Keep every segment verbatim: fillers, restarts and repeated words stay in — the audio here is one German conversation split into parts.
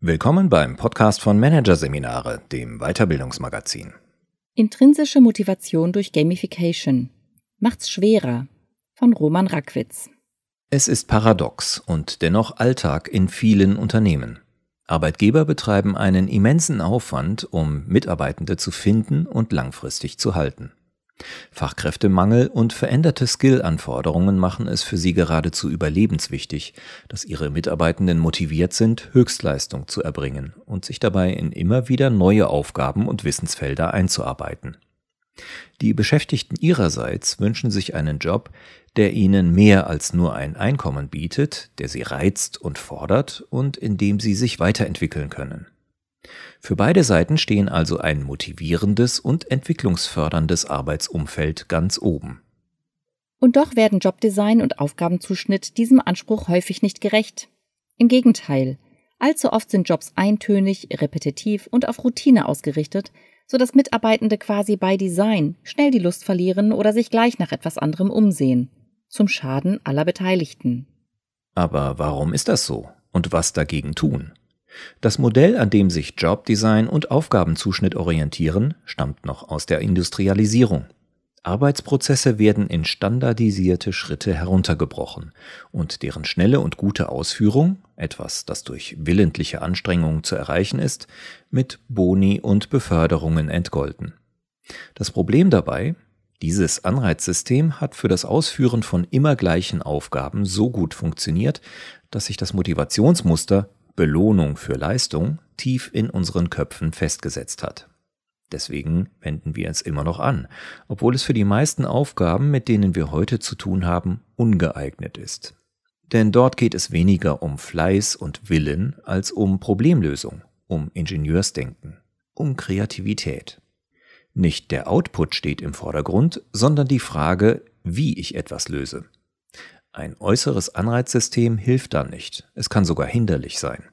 Willkommen beim Podcast von Managerseminare, dem Weiterbildungsmagazin. Intrinsische Motivation durch Gamification. Macht's schwerer. Von Roman Rackwitz. Es ist paradox und dennoch Alltag in vielen Unternehmen. Arbeitgeber betreiben einen immensen Aufwand, um Mitarbeitende zu finden und langfristig zu halten. Fachkräftemangel und veränderte Skill-Anforderungen machen es für sie geradezu überlebenswichtig, dass ihre Mitarbeitenden motiviert sind, Höchstleistung zu erbringen und sich dabei in immer wieder neue Aufgaben und Wissensfelder einzuarbeiten. Die Beschäftigten ihrerseits wünschen sich einen Job, der ihnen mehr als nur ein Einkommen bietet, der sie reizt und fordert und in dem sie sich weiterentwickeln können. Für beide Seiten stehen also ein motivierendes und entwicklungsförderndes Arbeitsumfeld ganz oben. Und doch werden Jobdesign und Aufgabenzuschnitt diesem Anspruch häufig nicht gerecht. Im Gegenteil, allzu oft sind Jobs eintönig, repetitiv und auf Routine ausgerichtet, sodass Mitarbeitende quasi by Design schnell die Lust verlieren oder sich gleich nach etwas anderem umsehen. Zum Schaden aller Beteiligten. Aber warum ist das so? Und was dagegen tun? Das Modell, an dem sich Jobdesign und Aufgabenzuschnitt orientieren, stammt noch aus der Industrialisierung. Arbeitsprozesse werden in standardisierte Schritte heruntergebrochen und deren schnelle und gute Ausführung, etwas, das durch willentliche Anstrengungen zu erreichen ist, mit Boni und Beförderungen entgolten. Das Problem dabei: Dieses Anreizsystem hat für das Ausführen von immer gleichen Aufgaben so gut funktioniert, dass sich das Motivationsmuster Belohnung für Leistung tief in unseren Köpfen festgesetzt hat. Deswegen wenden wir es immer noch an, obwohl es für die meisten Aufgaben, mit denen wir heute zu tun haben, ungeeignet ist. Denn dort geht es weniger um Fleiß und Willen als um Problemlösung, um Ingenieursdenken, um Kreativität. Nicht der Output steht im Vordergrund, sondern die Frage, wie ich etwas löse. Ein äußeres Anreizsystem hilft da nicht, es kann sogar hinderlich sein.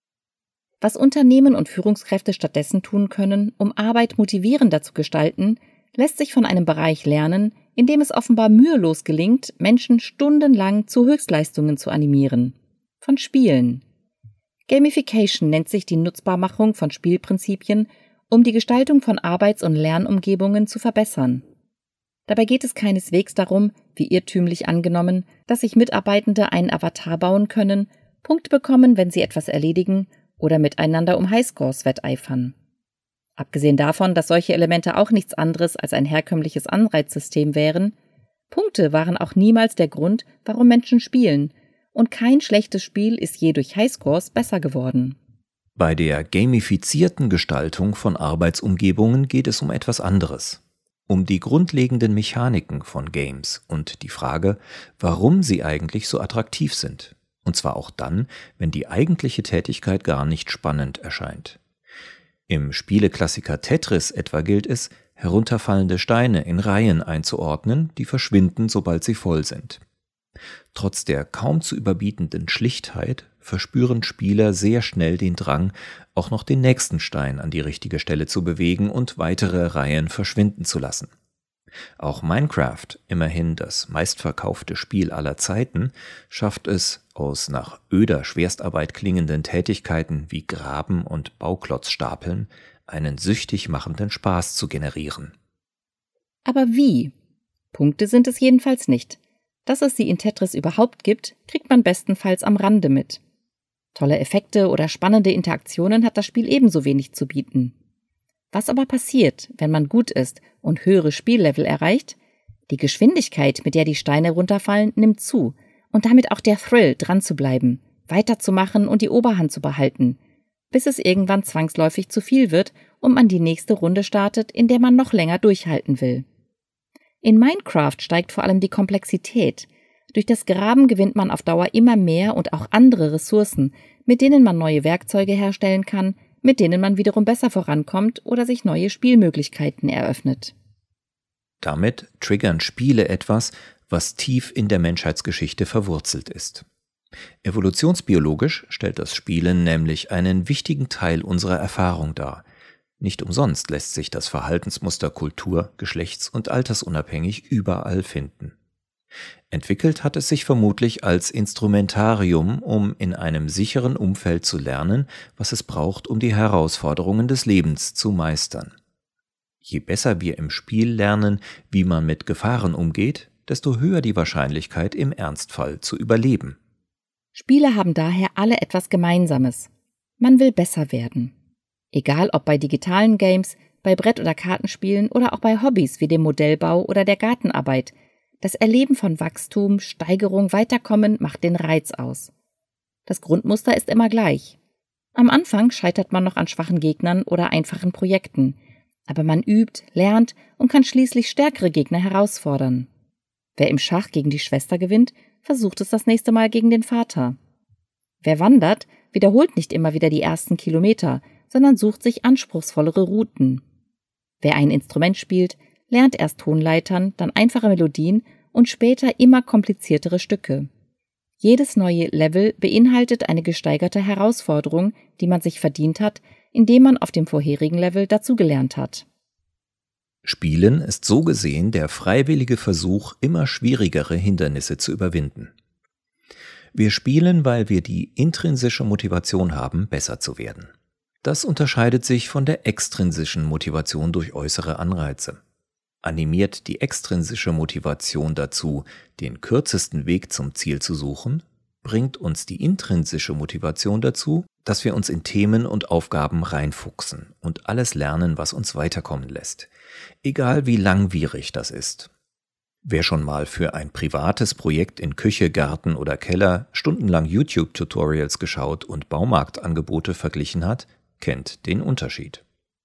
Was Unternehmen und Führungskräfte stattdessen tun können, um Arbeit motivierender zu gestalten, lässt sich von einem Bereich lernen, in dem es offenbar mühelos gelingt, Menschen stundenlang zu Höchstleistungen zu animieren. Von Spielen. Gamification nennt sich die Nutzbarmachung von Spielprinzipien, um die Gestaltung von Arbeits- und Lernumgebungen zu verbessern. Dabei geht es keineswegs darum, wie irrtümlich angenommen, dass sich Mitarbeitende einen Avatar bauen können, Punkte bekommen, wenn sie etwas erledigen oder miteinander um Highscores wetteifern. Abgesehen davon, dass solche Elemente auch nichts anderes als ein herkömmliches Anreizsystem wären, Punkte waren auch niemals der Grund, warum Menschen spielen, und kein schlechtes Spiel ist je durch Highscores besser geworden. Bei der gamifizierten Gestaltung von Arbeitsumgebungen geht es um etwas anderes. Um die grundlegenden Mechaniken von Games und die Frage, warum sie eigentlich so attraktiv sind. Und zwar auch dann, wenn die eigentliche Tätigkeit gar nicht spannend erscheint. Im Spieleklassiker Tetris etwa gilt es, herunterfallende Steine in Reihen einzuordnen, die verschwinden, sobald sie voll sind. Trotz der kaum zu überbietenden Schlichtheit verspüren Spieler sehr schnell den Drang, auch noch den nächsten Stein an die richtige Stelle zu bewegen und weitere Reihen verschwinden zu lassen. Auch Minecraft, immerhin das meistverkaufte Spiel aller Zeiten, schafft es, aus nach öder Schwerstarbeit klingenden Tätigkeiten wie Graben und Bauklotzstapeln einen süchtig machenden Spaß zu generieren. Aber wie? Punkte sind es jedenfalls nicht. Dass es sie in Tetris überhaupt gibt, kriegt man bestenfalls am Rande mit. Tolle Effekte oder spannende Interaktionen hat das Spiel ebenso wenig zu bieten. Was aber passiert, wenn man gut ist und höhere Spiellevel erreicht? Die Geschwindigkeit, mit der die Steine runterfallen, nimmt zu und damit auch der Thrill, dran zu bleiben, weiterzumachen und die Oberhand zu behalten, bis es irgendwann zwangsläufig zu viel wird und man die nächste Runde startet, in der man noch länger durchhalten will. In Minecraft steigt vor allem die Komplexität. Durch das Graben gewinnt man auf Dauer immer mehr und auch andere Ressourcen, mit denen man neue Werkzeuge herstellen kann, mit denen man wiederum besser vorankommt oder sich neue Spielmöglichkeiten eröffnet. Damit triggern Spiele etwas, was tief in der Menschheitsgeschichte verwurzelt ist. Evolutionsbiologisch stellt das Spielen nämlich einen wichtigen Teil unserer Erfahrung dar. Nicht umsonst lässt sich das Verhaltensmuster kultur-, geschlechts- und altersunabhängig überall finden. Entwickelt hat es sich vermutlich als Instrumentarium, um in einem sicheren Umfeld zu lernen, was es braucht, um die Herausforderungen des Lebens zu meistern. Je besser wir im Spiel lernen, wie man mit Gefahren umgeht, desto höher die Wahrscheinlichkeit, im Ernstfall zu überleben. Spiele haben daher alle etwas Gemeinsames. Man will besser werden. Egal ob bei digitalen Games, bei Brett- oder Kartenspielen oder auch bei Hobbys wie dem Modellbau oder der Gartenarbeit. Das Erleben von Wachstum, Steigerung, Weiterkommen macht den Reiz aus. Das Grundmuster ist immer gleich. Am Anfang scheitert man noch an schwachen Gegnern oder einfachen Projekten. Aber man übt, lernt und kann schließlich stärkere Gegner herausfordern. Wer im Schach gegen die Schwester gewinnt, versucht es das nächste Mal gegen den Vater. Wer wandert, wiederholt nicht immer wieder die ersten Kilometer, sondern sucht sich anspruchsvollere Routen. Wer ein Instrument spielt, lernt erst Tonleitern, dann einfache Melodien und später immer kompliziertere Stücke. Jedes neue Level beinhaltet eine gesteigerte Herausforderung, die man sich verdient hat, indem man auf dem vorherigen Level dazugelernt hat. Spielen ist so gesehen der freiwillige Versuch, immer schwierigere Hindernisse zu überwinden. Wir spielen, weil wir die intrinsische Motivation haben, besser zu werden. Das unterscheidet sich von der extrinsischen Motivation durch äußere Anreize. Animiert die extrinsische Motivation dazu, den kürzesten Weg zum Ziel zu suchen, bringt uns die intrinsische Motivation dazu, dass wir uns in Themen und Aufgaben reinfuchsen und alles lernen, was uns weiterkommen lässt, egal wie langwierig das ist. Wer schon mal für ein privates Projekt in Küche, Garten oder Keller stundenlang YouTube-Tutorials geschaut und Baumarktangebote verglichen hat, kennt den Unterschied.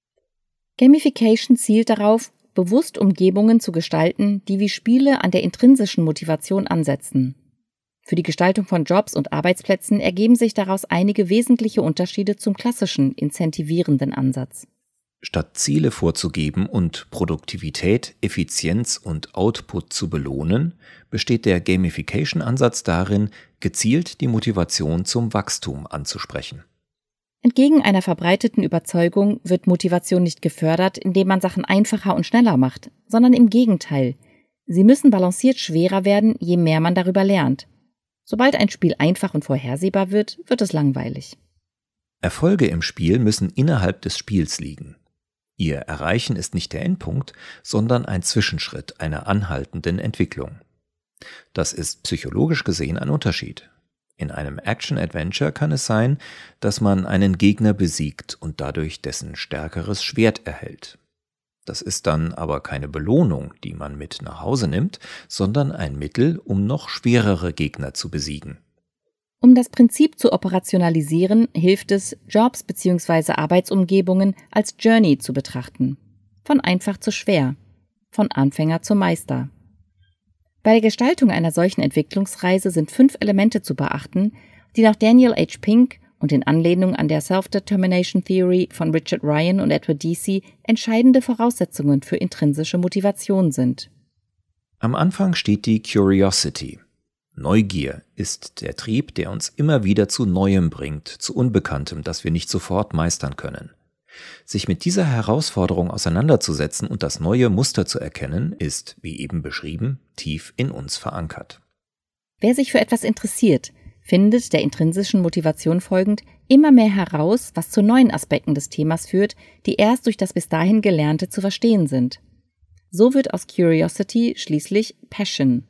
Gamification zielt darauf, bewusst Umgebungen zu gestalten, die wie Spiele an der intrinsischen Motivation ansetzen. Für die Gestaltung von Jobs und Arbeitsplätzen ergeben sich daraus einige wesentliche Unterschiede zum klassischen, incentivierenden Ansatz. Statt Ziele vorzugeben und Produktivität, Effizienz und Output zu belohnen, besteht der Gamification-Ansatz darin, gezielt die Motivation zum Wachstum anzusprechen. Entgegen einer verbreiteten Überzeugung wird Motivation nicht gefördert, indem man Sachen einfacher und schneller macht, sondern im Gegenteil. Sie müssen balanciert schwerer werden, je mehr man darüber lernt. Sobald ein Spiel einfach und vorhersehbar wird, wird es langweilig. Erfolge im Spiel müssen innerhalb des Spiels liegen. Ihr Erreichen ist nicht der Endpunkt, sondern ein Zwischenschritt einer anhaltenden Entwicklung. Das ist psychologisch gesehen ein Unterschied. In einem Action-Adventure kann es sein, dass man einen Gegner besiegt und dadurch dessen stärkeres Schwert erhält. Das ist dann aber keine Belohnung, die man mit nach Hause nimmt, sondern ein Mittel, um noch schwerere Gegner zu besiegen. Um das Prinzip zu operationalisieren, hilft es, Jobs bzw. Arbeitsumgebungen als Journey zu betrachten. Von einfach zu schwer, von Anfänger zu Meister. Bei der Gestaltung einer solchen Entwicklungsreise sind fünf Elemente zu beachten, die nach Daniel H. Pink und in Anlehnung an der Self-Determination Theory von Richard Ryan und Edward Deci entscheidende Voraussetzungen für intrinsische Motivation sind. Am Anfang steht die Curiosity. Neugier ist der Trieb, der uns immer wieder zu Neuem bringt, zu Unbekanntem, das wir nicht sofort meistern können. Sich mit dieser Herausforderung auseinanderzusetzen und das neue Muster zu erkennen, ist, wie eben beschrieben, tief in uns verankert. Wer sich für etwas interessiert, findet der intrinsischen Motivation folgend immer mehr heraus, was zu neuen Aspekten des Themas führt, die erst durch das bis dahin Gelernte zu verstehen sind. So wird aus Curiosity schließlich Passion.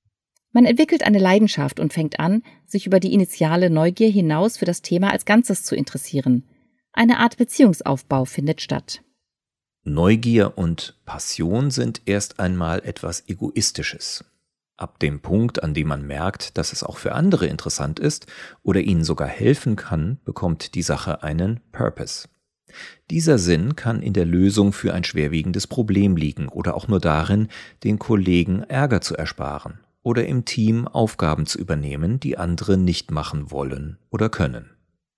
Man entwickelt eine Leidenschaft und fängt an, sich über die initiale Neugier hinaus für das Thema als Ganzes zu interessieren. Eine Art Beziehungsaufbau findet statt. Neugier und Passion sind erst einmal etwas Egoistisches. Ab dem Punkt, an dem man merkt, dass es auch für andere interessant ist oder ihnen sogar helfen kann, bekommt die Sache einen Purpose. Dieser Sinn kann in der Lösung für ein schwerwiegendes Problem liegen oder auch nur darin, den Kollegen Ärger zu ersparen oder im Team Aufgaben zu übernehmen, die andere nicht machen wollen oder können.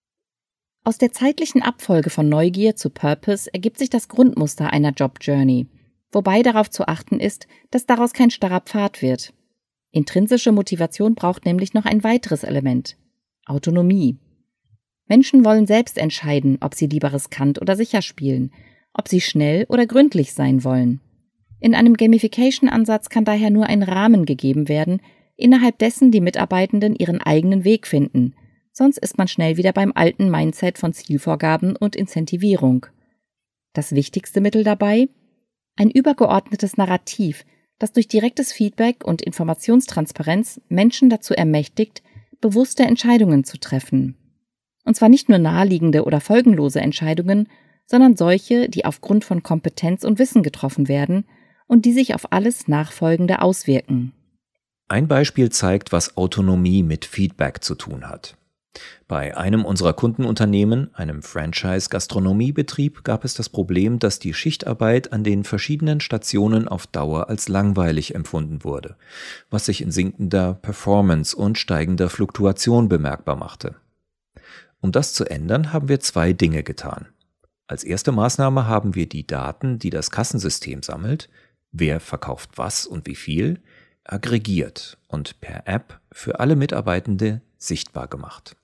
Aus der zeitlichen Abfolge von Neugier zu Purpose ergibt sich das Grundmuster einer Job-Journey, wobei darauf zu achten ist, dass daraus kein starrer Pfad wird. Intrinsische Motivation braucht nämlich noch ein weiteres Element: Autonomie. Menschen wollen selbst entscheiden, ob sie lieber riskant oder sicher spielen, ob sie schnell oder gründlich sein wollen. In einem Gamification-Ansatz kann daher nur ein Rahmen gegeben werden, innerhalb dessen die Mitarbeitenden ihren eigenen Weg finden. Sonst ist man schnell wieder beim alten Mindset von Zielvorgaben und Incentivierung. Das wichtigste Mittel dabei? Ein übergeordnetes Narrativ, das durch direktes Feedback und Informationstransparenz Menschen dazu ermächtigt, bewusste Entscheidungen zu treffen. Und zwar nicht nur naheliegende oder folgenlose Entscheidungen, sondern solche, die aufgrund von Kompetenz und Wissen getroffen werden und die sich auf alles Nachfolgende auswirken. Ein Beispiel zeigt, was Autonomie mit Feedback zu tun hat. Bei einem unserer Kundenunternehmen, einem Franchise-Gastronomiebetrieb, gab es das Problem, dass die Schichtarbeit an den verschiedenen Stationen auf Dauer als langweilig empfunden wurde, was sich in sinkender Performance und steigender Fluktuation bemerkbar machte. Um das zu ändern, haben wir zwei Dinge getan. Als erste Maßnahme haben wir die Daten, die das Kassensystem sammelt, wer verkauft was und wie viel, aggregiert und per App für alle Mitarbeitende sichtbar gemacht.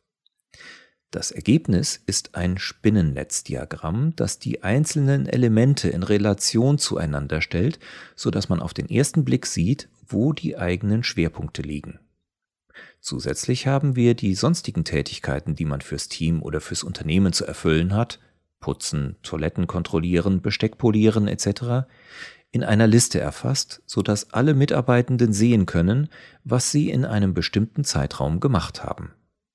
Das Ergebnis ist ein Spinnennetzdiagramm, das die einzelnen Elemente in Relation zueinander stellt, sodass man auf den ersten Blick sieht, wo die eigenen Schwerpunkte liegen. Zusätzlich haben wir die sonstigen Tätigkeiten, die man fürs Team oder fürs Unternehmen zu erfüllen hat, putzen, Toiletten kontrollieren, Besteck polieren et cetera, in einer Liste erfasst, sodass alle Mitarbeitenden sehen können, was sie in einem bestimmten Zeitraum gemacht haben.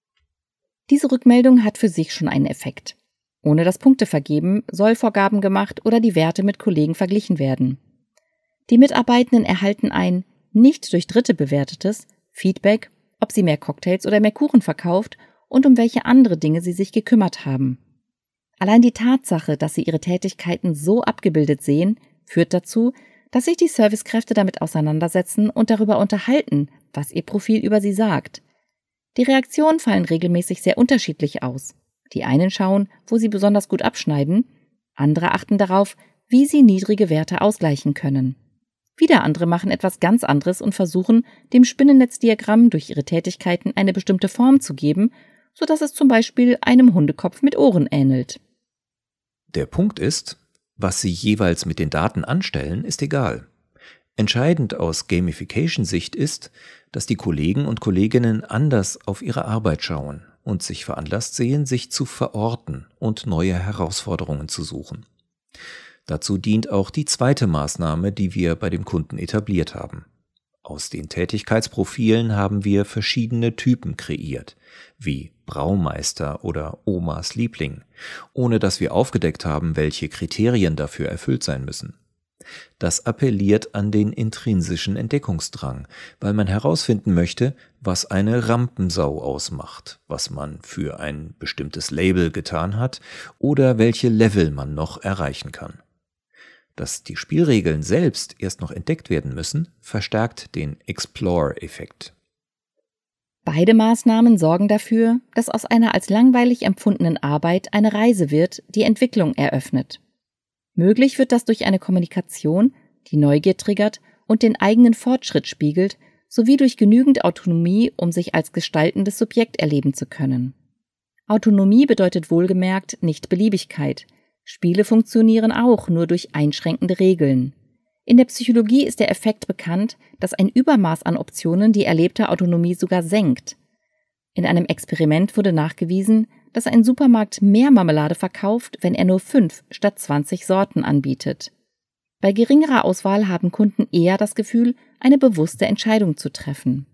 Diese Rückmeldung hat für sich schon einen Effekt. Ohne das Punktevergeben soll Vorgaben gemacht oder die Werte mit Kollegen verglichen werden. Die Mitarbeitenden erhalten ein nicht durch Dritte bewertetes Feedback, ob sie mehr Cocktails oder mehr Kuchen verkauft und um welche andere Dinge sie sich gekümmert haben. Allein die Tatsache, dass sie ihre Tätigkeiten so abgebildet sehen, führt dazu, dass sich die Servicekräfte damit auseinandersetzen und darüber unterhalten, was ihr Profil über sie sagt. Die Reaktionen fallen regelmäßig sehr unterschiedlich aus. Die einen schauen, wo sie besonders gut abschneiden, andere achten darauf, wie sie niedrige Werte ausgleichen können. Wieder andere machen etwas ganz anderes und versuchen, dem Spinnennetzdiagramm durch ihre Tätigkeiten eine bestimmte Form zu geben, sodass es zum Beispiel einem Hundekopf mit Ohren ähnelt. Der Punkt ist, was Sie jeweils mit den Daten anstellen, ist egal. Entscheidend aus Gamification-Sicht ist, dass die Kollegen und Kolleginnen anders auf ihre Arbeit schauen und sich veranlasst sehen, sich zu verorten und neue Herausforderungen zu suchen. Dazu dient auch die zweite Maßnahme, die wir bei dem Kunden etabliert haben. Aus den Tätigkeitsprofilen haben wir verschiedene Typen kreiert, wie Braumeister oder Omas Liebling, ohne dass wir aufgedeckt haben, welche Kriterien dafür erfüllt sein müssen. Das appelliert an den intrinsischen Entdeckungsdrang, weil man herausfinden möchte, was eine Rampensau ausmacht, was man für ein bestimmtes Label getan hat oder welche Level man noch erreichen kann. Dass die Spielregeln selbst erst noch entdeckt werden müssen, verstärkt den Explore-Effekt. Beide Maßnahmen sorgen dafür, dass aus einer als langweilig empfundenen Arbeit eine Reise wird, die Entwicklung eröffnet. Möglich wird das durch eine Kommunikation, die Neugier triggert und den eigenen Fortschritt spiegelt, sowie durch genügend Autonomie, um sich als gestaltendes Subjekt erleben zu können. Autonomie bedeutet wohlgemerkt nicht Beliebigkeit. Spiele funktionieren auch nur durch einschränkende Regeln. In der Psychologie ist der Effekt bekannt, dass ein Übermaß an Optionen die erlebte Autonomie sogar senkt. In einem Experiment wurde nachgewiesen, dass ein Supermarkt mehr Marmelade verkauft, wenn er nur fünf statt zwanzig Sorten anbietet. Bei geringerer Auswahl haben Kunden eher das Gefühl, eine bewusste Entscheidung zu treffen.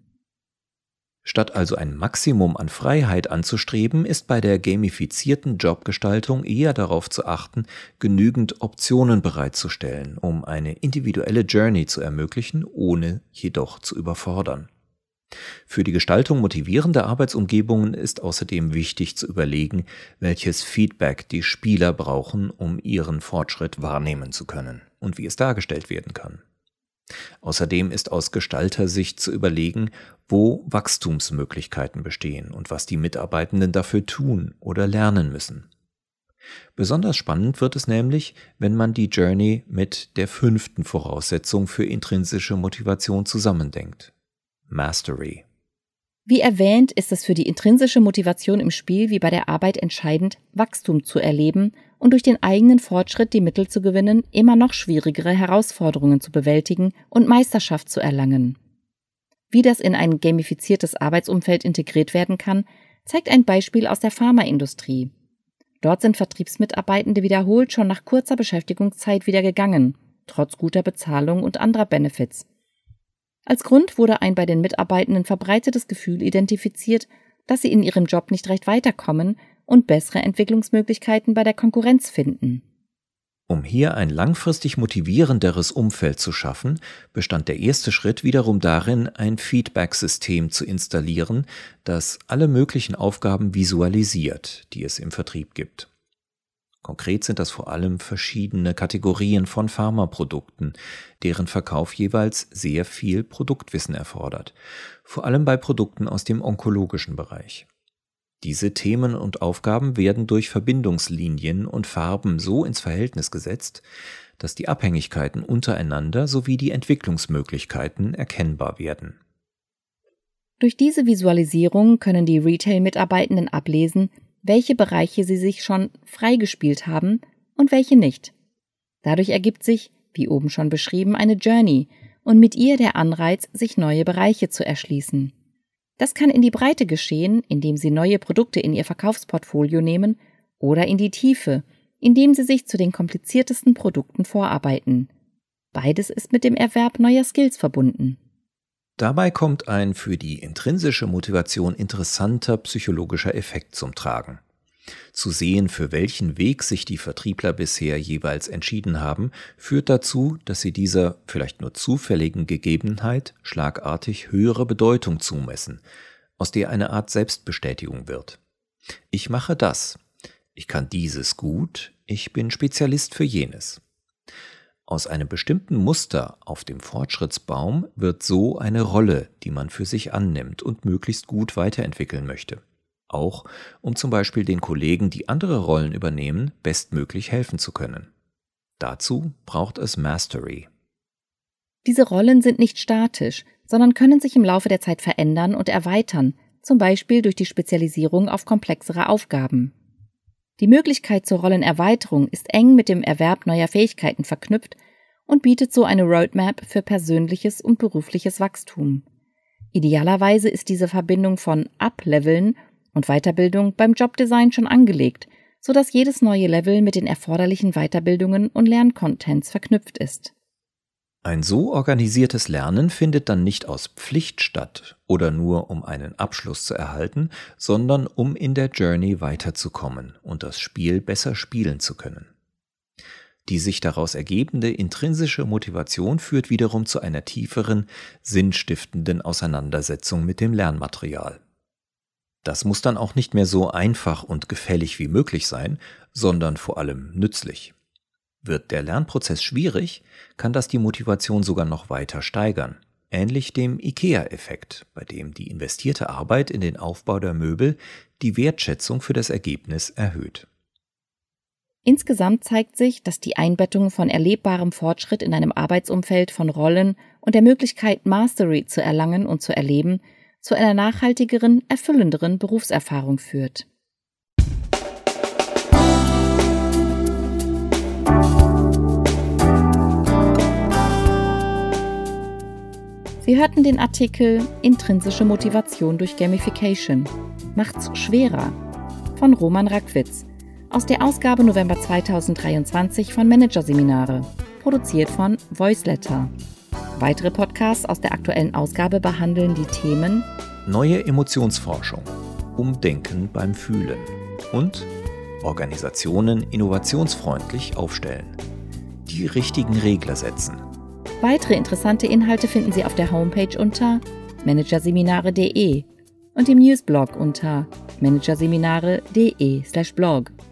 Statt also ein Maximum an Freiheit anzustreben, ist bei der gamifizierten Jobgestaltung eher darauf zu achten, genügend Optionen bereitzustellen, um eine individuelle Journey zu ermöglichen, ohne jedoch zu überfordern. Für die Gestaltung motivierender Arbeitsumgebungen ist außerdem wichtig zu überlegen, welches Feedback die Spieler brauchen, um ihren Fortschritt wahrnehmen zu können und wie es dargestellt werden kann. Außerdem ist aus Gestaltersicht zu überlegen, wo Wachstumsmöglichkeiten bestehen und was die Mitarbeitenden dafür tun oder lernen müssen. Besonders spannend wird es nämlich, wenn man die Journey mit der fünften Voraussetzung für intrinsische Motivation zusammendenkt: Mastery. Wie erwähnt, ist es für die intrinsische Motivation im Spiel wie bei der Arbeit entscheidend, Wachstum zu erleben und durch den eigenen Fortschritt die Mittel zu gewinnen, immer noch schwierigere Herausforderungen zu bewältigen und Meisterschaft zu erlangen. Wie das in ein gamifiziertes Arbeitsumfeld integriert werden kann, zeigt ein Beispiel aus der Pharmaindustrie. Dort sind Vertriebsmitarbeitende wiederholt schon nach kurzer Beschäftigungszeit wieder gegangen, trotz guter Bezahlung und anderer Benefits. Als Grund wurde ein bei den Mitarbeitenden verbreitetes Gefühl identifiziert, dass sie in ihrem Job nicht recht weiterkommen und bessere Entwicklungsmöglichkeiten bei der Konkurrenz finden. Um hier ein langfristig motivierenderes Umfeld zu schaffen, bestand der erste Schritt wiederum darin, ein Feedback-System zu installieren, das alle möglichen Aufgaben visualisiert, die es im Vertrieb gibt. Konkret sind das vor allem verschiedene Kategorien von Pharmaprodukten, deren Verkauf jeweils sehr viel Produktwissen erfordert, vor allem bei Produkten aus dem onkologischen Bereich. Diese Themen und Aufgaben werden durch Verbindungslinien und Farben so ins Verhältnis gesetzt, dass die Abhängigkeiten untereinander sowie die Entwicklungsmöglichkeiten erkennbar werden. Durch diese Visualisierung können die Retail-Mitarbeitenden ablesen, welche Bereiche sie sich schon freigespielt haben und welche nicht. Dadurch ergibt sich, wie oben schon beschrieben, eine Journey und mit ihr der Anreiz, sich neue Bereiche zu erschließen. Das kann in die Breite geschehen, indem sie neue Produkte in ihr Verkaufsportfolio nehmen, oder in die Tiefe, indem sie sich zu den kompliziertesten Produkten vorarbeiten. Beides ist mit dem Erwerb neuer Skills verbunden. Dabei kommt ein für die intrinsische Motivation interessanter psychologischer Effekt zum Tragen. Zu sehen, für welchen Weg sich die Vertriebler bisher jeweils entschieden haben, führt dazu, dass sie dieser vielleicht nur zufälligen Gegebenheit schlagartig höhere Bedeutung zumessen, aus der eine Art Selbstbestätigung wird. Ich mache das, ich kann dieses gut, ich bin Spezialist für jenes. Aus einem bestimmten Muster auf dem Fortschrittsbaum wird so eine Rolle, die man für sich annimmt und möglichst gut weiterentwickeln möchte. Auch um zum Beispiel den Kollegen, die andere Rollen übernehmen, bestmöglich helfen zu können. Dazu braucht es Mastery. Diese Rollen sind nicht statisch, sondern können sich im Laufe der Zeit verändern und erweitern, zum Beispiel durch die Spezialisierung auf komplexere Aufgaben. Die Möglichkeit zur Rollenerweiterung ist eng mit dem Erwerb neuer Fähigkeiten verknüpft und bietet so eine Roadmap für persönliches und berufliches Wachstum. Idealerweise ist diese Verbindung von Up-Leveln und Weiterbildung beim Jobdesign schon angelegt, sodass jedes neue Level mit den erforderlichen Weiterbildungen und Lerncontents verknüpft ist. Ein so organisiertes Lernen findet dann nicht aus Pflicht statt oder nur um einen Abschluss zu erhalten, sondern um in der Journey weiterzukommen und das Spiel besser spielen zu können. Die sich daraus ergebende intrinsische Motivation führt wiederum zu einer tieferen, sinnstiftenden Auseinandersetzung mit dem Lernmaterial. Das muss dann auch nicht mehr so einfach und gefällig wie möglich sein, sondern vor allem nützlich. Wird der Lernprozess schwierig, kann das die Motivation sogar noch weiter steigern, ähnlich dem IKEA-Effekt, bei dem die investierte Arbeit in den Aufbau der Möbel die Wertschätzung für das Ergebnis erhöht. Insgesamt zeigt sich, dass die Einbettung von erlebbarem Fortschritt in einem Arbeitsumfeld von Rollen und der Möglichkeit, Mastery zu erlangen und zu erleben, zu einer nachhaltigeren, erfüllenderen Berufserfahrung führt. Sie hörten den Artikel Intrinsische Motivation durch Gamification. Macht's schwerer von Roman Rackwitz aus der Ausgabe November zweitausenddreiundzwanzig von Managerseminare, produziert von Voiceletter. Weitere Podcasts aus der aktuellen Ausgabe behandeln die Themen Neue Emotionsforschung, Umdenken beim Fühlen und Organisationen innovationsfreundlich aufstellen. Die richtigen Regler setzen. Weitere interessante Inhalte finden Sie auf der Homepage unter managerseminare punkt de und im Newsblog unter managerseminare punkt de slash blog.